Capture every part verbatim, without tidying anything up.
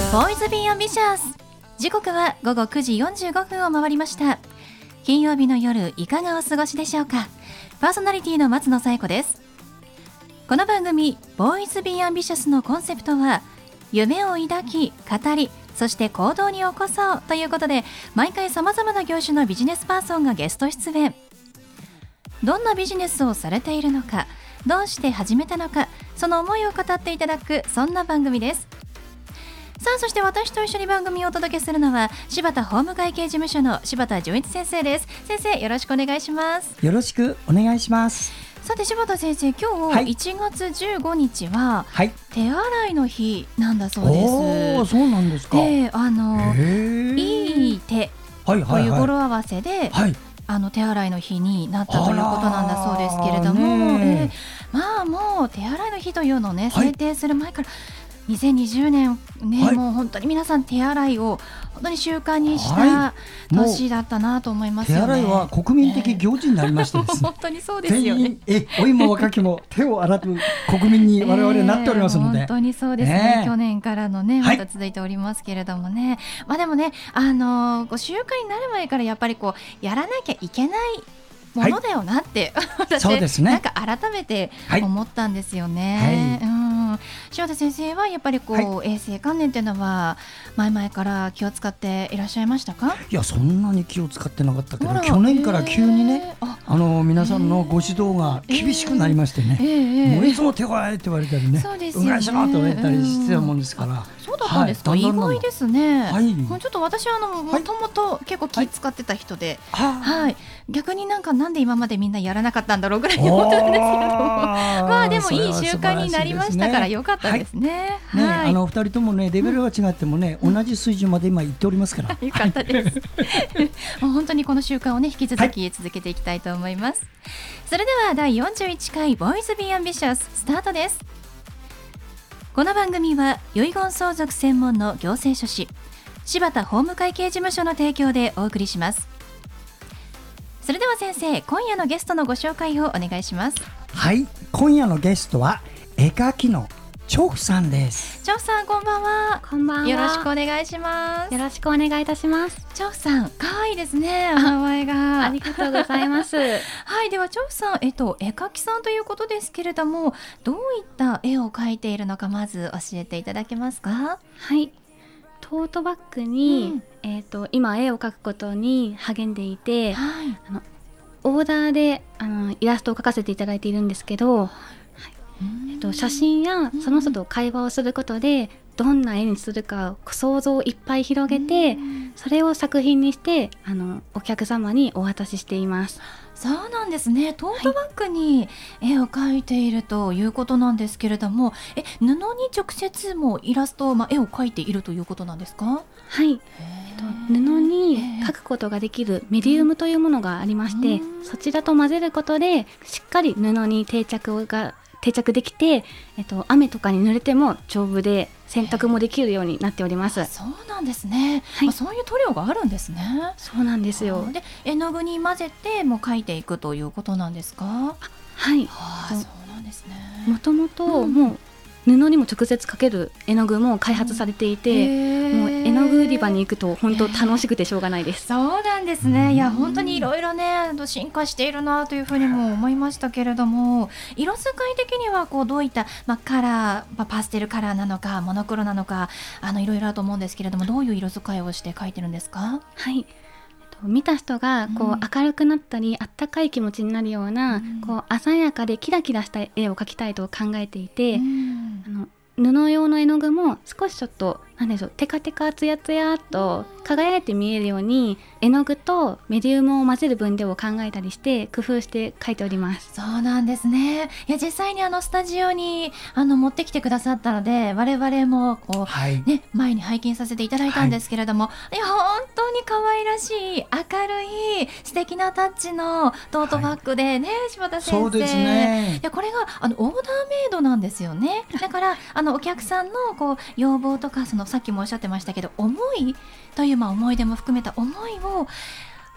ボーイズビーアンビシャス。時刻は午後くじよんじゅうごふんを回りました。金曜日の夜いかがお過ごしでしょうか。パーソナリティの松野紗友子です。この番組ボーイズビーアンビシャスのコンセプトは、夢を抱き語りそして行動に起こそうということで、毎回様々な業種のビジネスパーソンがゲスト出演。どんなビジネスをされているのか、どうして始めたのか、その思いを語っていただく、そんな番組です。さあ、そして私と一緒に番組をお届けするのは、柴田法務会計事務所の柴田純一先生です。先生、よろしくお願いします。 よろしくお願いします。 さて柴田先生、今日いちがつじゅうごにちは、はい、手洗いの日なんだそうです。 おー、そうなんですか。 で、あのいい手という語呂合わせで、はいはい、あの手洗いの日になったということなんだそうですけれども、えー、まあもう手洗いの日というのをね、制定する前から、はい、にせんにじゅうねんね、はい、もう本当に皆さん手洗いを本当に習慣にした年だったなと思いますよね。 手洗いは国民的行事になりましてですね、 本当にそうですよね。 え老いも若きも手を洗う国民に我々なっておりますので、 えー、本当にそうですね、えー、去年からのねまた続いておりますけれどもね、はい、まあでもね、あのー、こう習慣になる前からやっぱりこうやらなきゃいけないものだよなって、はい、私そうですね、なんか改めて思ったんですよね、はいはい、うん柴田先生はやっぱりこう、はい、衛生観念というのは前々から気を使っていらっしゃいましたか？ いや、そんなに気を使ってなかったけど、去年から急にね、ああの皆さんのご指導が厳しくなりましてね、えーえー、もういつも手を洗えって言われたりね、うがいしろと言われたりしてたもんですから。 そうだったんですか、はい、意外ですね、はい、ちょっと私はあのもともと結構気使ってた人で、はいはい、逆になんかなんで今までみんなやらなかったんだろうぐらいに思ってたんですけどまあでもいい習慣になりましたからよかったですね。 はいはい、ね、あのふたりともねレベルが違ってもね、うん、同じ水準まで今言っておりますからよかったですもう本当にこの習慣をね引き続き続けていきたいと思います、はい、それではだいよんじゅういっかいボーイズビーアンビシャススタートです。この番組は遺言相続専門の行政書士柴田法務会計事務所の提供でお送りします。それでは先生、今夜のゲストのご紹介をお願いします。 はい、今夜のゲストは絵描きの張夫さんです。 張夫さん、こんばんは。 こんばんは。 よろしくお願いします。 よろしくお願いいたします。 張夫さん、可愛いですね、お名前が。 ありがとうございますはい、 では張夫さん、えっと、絵描きさんということですけれども、どういった絵を描いているのか、まず教えていただけますか？ はい、トートバッグに、うん、えーと、今絵を描くことに励んでいて、はい、あのオーダーであのイラストを描かせていただいているんですけど、えっと、写真やその人と会話をすることでどんな絵にするか想像をいっぱい広げて、それを作品にしてあのお客様にお渡ししています。 そうなんですね。トートバッグに絵を描いているということなんですけれども、はい、え布に直接もイラスト、まあ、絵を描いているということなんですか？ はい、えっと、布に描くことができるメディウムというものがありまして、そちらと混ぜることでしっかり布に定着が定着できて、えっと、雨とかに濡れても丈夫で洗濯もできるようになっております。 そうなんですね、はい、あ、そういう塗料があるんですね。 そうなんですよ。 で絵の具に混ぜてもう描いていくということなんですか？ はい、 はあ、そうなんですね。 もともともう布にも直接描ける絵の具も開発されていて、うん、もう絵の具売り場に行くと本当楽しくてしょうがないです。 そうなんですね。いや本当にいろいろね進化しているなというふうにも思いましたけれども、色使い的にはこうどういった、まあ、カラー、まあ、パステルカラーなのかモノクロなのか、あのいろいろあると思うんですけれども、どういう色使いをして描いてるんですか？ はい、見た人がこう明るくなったり、うん、あったかい気持ちになるような、うん、こう鮮やかでキラキラした絵を描きたいと考えていて、うん、あの布用の絵の具も少しちょっとなんでしょう、テカテカツヤツヤっと輝いて見えるように絵の具とメディウムを混ぜる分量を考えたりして工夫して描いております。 そうなんですね。いや実際にあのスタジオにあの持ってきてくださったので、我々もこう、はいね、前に拝見させていただいたんですけれども、はい、いや本当に可愛らしい明るい素敵なタッチのトートバッグでね、はい、柴田先生。 そうですね。 いやこれがあのオーダーメイドなんですよね。だからあのお客さんのこう要望とか、そのさっきもおっしゃってましたけど思いという、まあ思い出も含めた思いを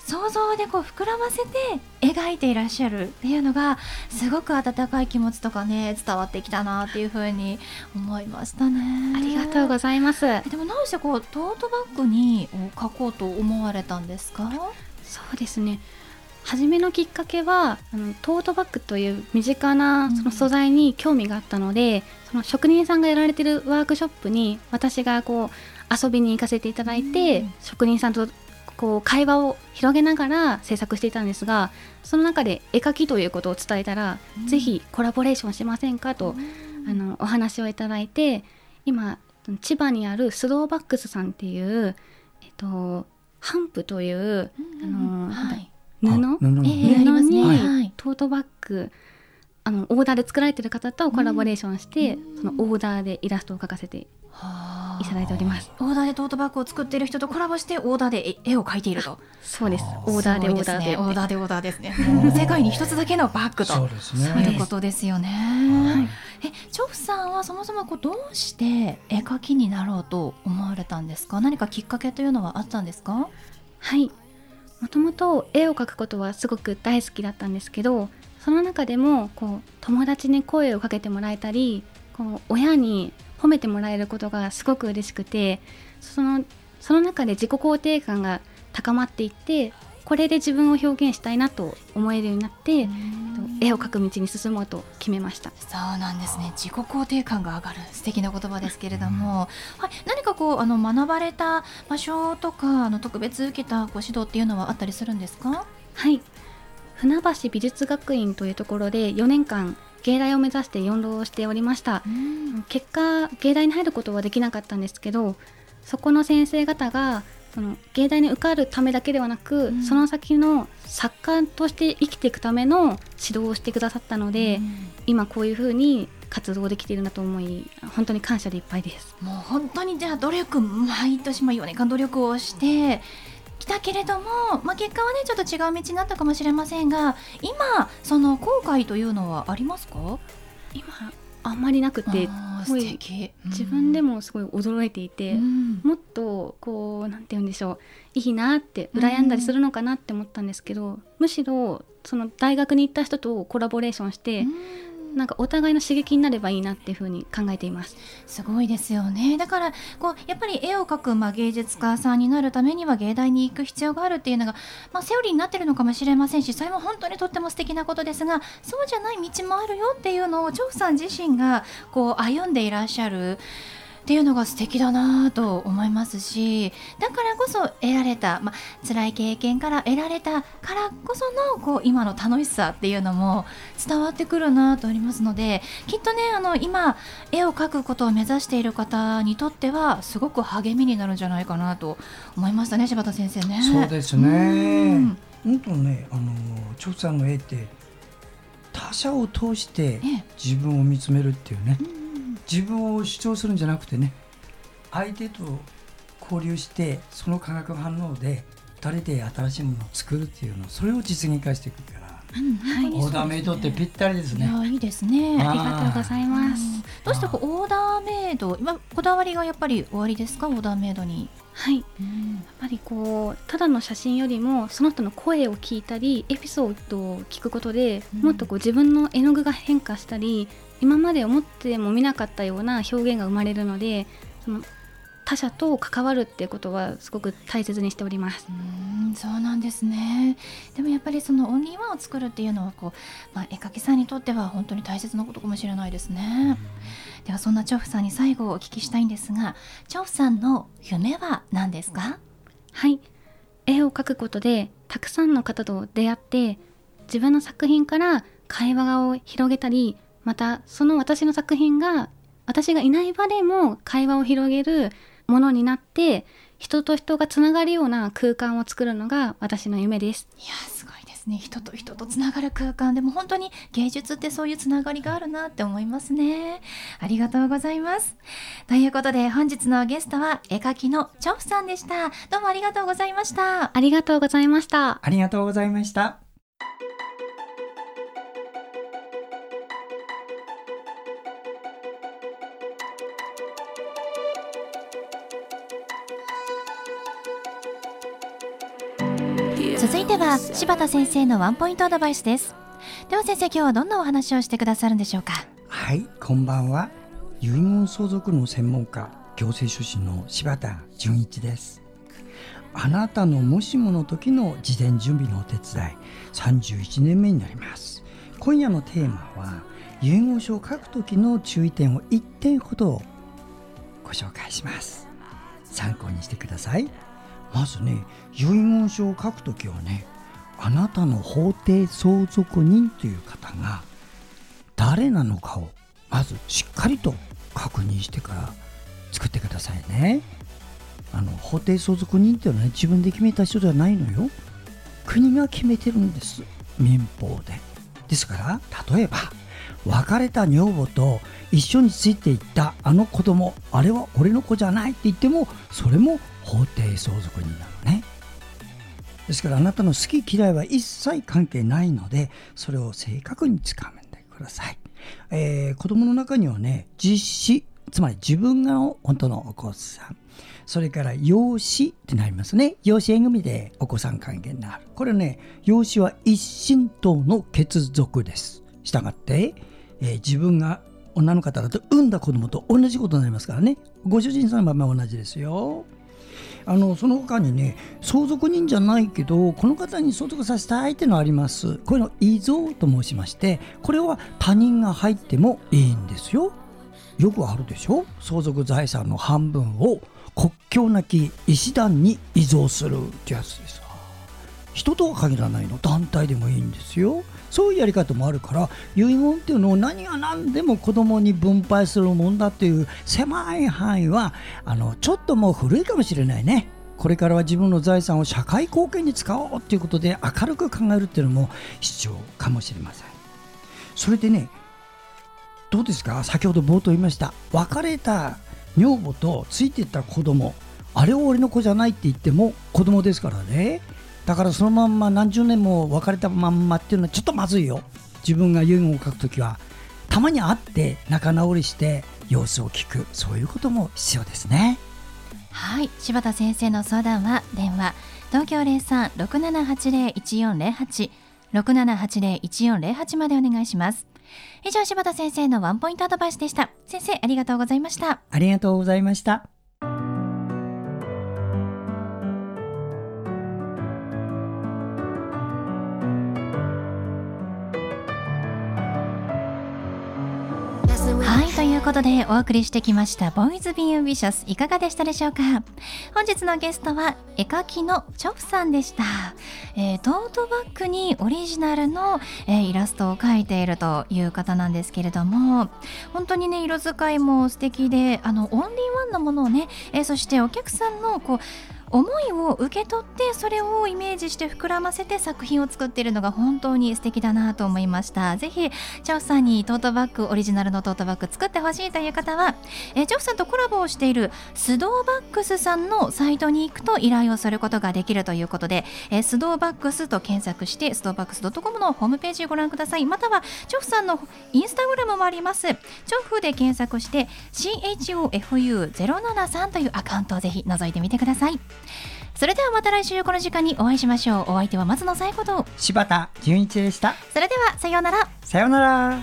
想像でこう膨らませて描いていらっしゃるっていうのがすごく温かい気持ちとかね伝わってきたなっていうふうに思いましたね。 ありがとうございます。 でも何してこうトートバッグに書こうと思われたんですか？ そうですね、初めのきっかけはあのトートバッグという身近なその素材に興味があったので、うん、その職人さんがやられているワークショップに私がこう遊びに行かせていただいて、うん、職人さんとこう会話を広げながら制作していたんですが、その中で絵描きということを伝えたら、うん、ぜひコラボレーションしませんかと、うん、あのお話をいただいて、今千葉にあるスローバックスさんっていう、えっと、ハンプという、うん、あの、はい、布, 布にトートバッグ、あのオーダーで作られている方とコラボレーションして、うん、そのオーダーでイラストを描かせていただいております。 オーダーでトートバッグを作っている人とコラボしてオーダーで絵を描いていると。 そうです、オーダーでオーダーでオーダーでオーダーですね。世界に一つだけのバッグとそうですね、そういうことですよね。はい、えチョフさんはそもそもこうどうして絵描きになろうと思われたんですか？何かきっかけというのはあったんですか？ はい、もともと絵を描くことはすごく大好きだったんですけど、その中でもこう友達に声をかけてもらえたり、こう親に褒めてもらえることがすごく嬉しくて、その、その中で自己肯定感が高まっていって、これで自分を表現したいなと思えるようになって、絵を描く道に進もうと決めました。 そうなんですね。自己肯定感が上がる素敵な言葉ですけれども、はい、何かこうあの学ばれた場所とかあの特別受けたご指導っていうのはあったりするんですか？ はい、船橋美術学院というところでよねんかん芸大を目指してよん浪をしておりました。結果芸大に入ることはできなかったんですけど、そこの先生方がその芸大に受かるためだけではなく、うん、その先の作家として生きていくための指導をしてくださったので、うん、今こういうふうに活動できているなと思い、本当に感謝でいっぱいです。 もう本当にじゃあ努力毎年よねんかん努力をしてきたけれども、まあ、結果はねちょっと違う道になったかもしれませんが、今その後悔というのはありますか？ 今あんまりなくて、 素敵、 うん、自分でもすごい驚いていて、うん、もっとこうなんて言うんでしょう、いいなって羨んだりするのかなって思ったんですけど、うん、むしろその大学に行った人とコラボレーションして、うん、なんかお互いの刺激になればいいなっていうふうに考えています。 すごいですよね。だからこうやっぱり絵を描く、まあ、芸術家さんになるためには芸大に行く必要があるっていうのが、まあ、セオリーになってるのかもしれませんし、それも本当にとっても素敵なことですが、そうじゃない道もあるよっていうのをチョフさん自身がこう歩んでいらっしゃるっていうのが素敵だなと思いますし、だからこそ得られた、まあ、辛い経験から得られたからこそのこう今の楽しさっていうのも伝わってくるなとありますので、きっとねあの今絵を描くことを目指している方にとってはすごく励みになるんじゃないかなと思いましたね、柴田先生ね。 そうですね。本当ね、あのチョフさんの絵って他者を通して自分を見つめるっていうね、ええ、自分を主張するんじゃなくてね、相手と交流してその化学反応でふたりで新しいものを作るっていうの、それを実現化していくから、うんはい、オーダーメイドってぴったりですね。 いやいいですね。 ありがとうございます。 どうしてこうオーダーメイド、今こだわりがやっぱりおありですか？オーダーメイドに。 はい、うん、やっぱりこうただの写真よりもその人の声を聞いたりエピソードを聞くことで、うん、もっとこう自分の絵の具が変化したり、今まで思っても見なかったような表現が生まれるので、その他者と関わるっていうことはすごく大切にしております。 うーん、そうなんですね。でもやっぱりそのオンリーワンを作るっていうのはこう、まあ、絵描きさんにとっては本当に大切なことかもしれないですね。ではそんなチョフさんに最後お聞きしたいんですが、チョフさんの夢は何ですか？ はい、絵を描くことでたくさんの方と出会って、自分の作品から会話を広げたり、またその私の作品が私がいない場でも会話を広げるものになって、人と人がつながるような空間を作るのが私の夢です。 いやすごいですね。人と人とつながる空間でも本当に芸術ってそういうつながりがあるなって思いますね。ありがとうございます。ということで本日のゲストは絵描きのチョフさんでした。どうもありがとうございました。 ありがとうございました。 ありがとうございました。 続いては柴田先生のワンポイントアドバイスです。では先生、今日はどんなお話をしてくださるんでしょうか。 はい、こんばんは。遺言相続の専門家、行政書士の柴田純一です。あなたのもしもの時の事前準備のお手伝いさんじゅういちねんめになります。今夜のテーマは遺言書を書く時の注意点をいってんほどご紹介します。参考にしてください。まずね、遺言書を書くときはね、あなたの法定相続人という方が誰なのかをまずしっかりと確認してから作ってくださいね。あの法定相続人っていうのは、ね、自分で決めた人ではないのよ。国が決めてるんです、民法で。ですから例えば別れた女房と一緒についていったあの子供、あれは俺の子じゃないって言っても、それも法定相続人なのね。ですからあなたの好き嫌いは一切関係ないので、それを正確につかめてください。えー、子供の中にはね、実子、つまり自分が本当のお子さん、それから養子ってなりますね。養子縁組でお子さん関係になる。これね、養子は一親等の血族です。したがって、えー、自分が女の方だと産んだ子供と同じことになりますからね。ご主人様は同じですよ。あのその他にね、相続人じゃないけどこの方に相続させたいっていうのがあります。こういうの遺贈と申しまして、これは他人が入ってもいいんですよ。よくあるでしょ。相続財産の半分を国境なき医師団に遺贈するってやつです。人とは限らないの、団体でもいいんですよ。そういうやり方もあるから、遺言っていうのを何が何でも子供に分配するもんだっていう狭い範囲はあのちょっともう古いかもしれないね。これからは自分の財産を社会貢献に使おうっていうことで明るく考えるっていうのも必要かもしれません。それでね、どうですか。先ほど冒頭言いました、別れた女房とついていった子供、あれは俺の子じゃないって言っても子供ですからね。だからそのまんま何十年も別れたまんまっていうのはちょっとまずいよ。自分が遺言を書くときはたまに会って仲直りして様子を聞く、そういうことも必要ですね。 はい、柴田先生の相談は電話東京 ゼロさん ろくななはちゼロ いちよんゼロはち ろくななはちゼロ いちよんゼロはちまでお願いします。以上、柴田先生のワンポイントアドバイスでした。先生、ありがとうございました。 ありがとうございました。 はい、ということでお送りしてきましたボーイズビーアンビシャス、いかがでしたでしょうか。本日のゲストは絵描きのチョフさんでした。えー、トートバッグにオリジナルの、えー、イラストを描いているという方なんですけれども、本当にね、色使いも素敵で、あのオンリーワンのものをね、えー、そしてお客さんのこう思いを受け取って、それをイメージして膨らませて作品を作っているのが本当に素敵だなと思いました。ぜひチョフさんにトートバッグ、オリジナルのトートバッグ作ってほしいという方は、えー、チョフさんとコラボをしているスドーバックスさんのサイトに行くと依頼をすることができるということで、えー、スドーバックスと検索してスドーバックス .com のホームページをご覧ください。またはチョフさんのインスタグラムもあります。チョフで検索して シーエイチオーエフユーゼロななさん というアカウントをぜひ覗いてみてください。それではまた来週この時間にお会いしましょう。お相手は松野紗友子と柴田純一でした。 それではさようなら。 さようなら。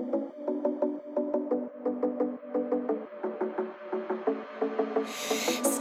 Stay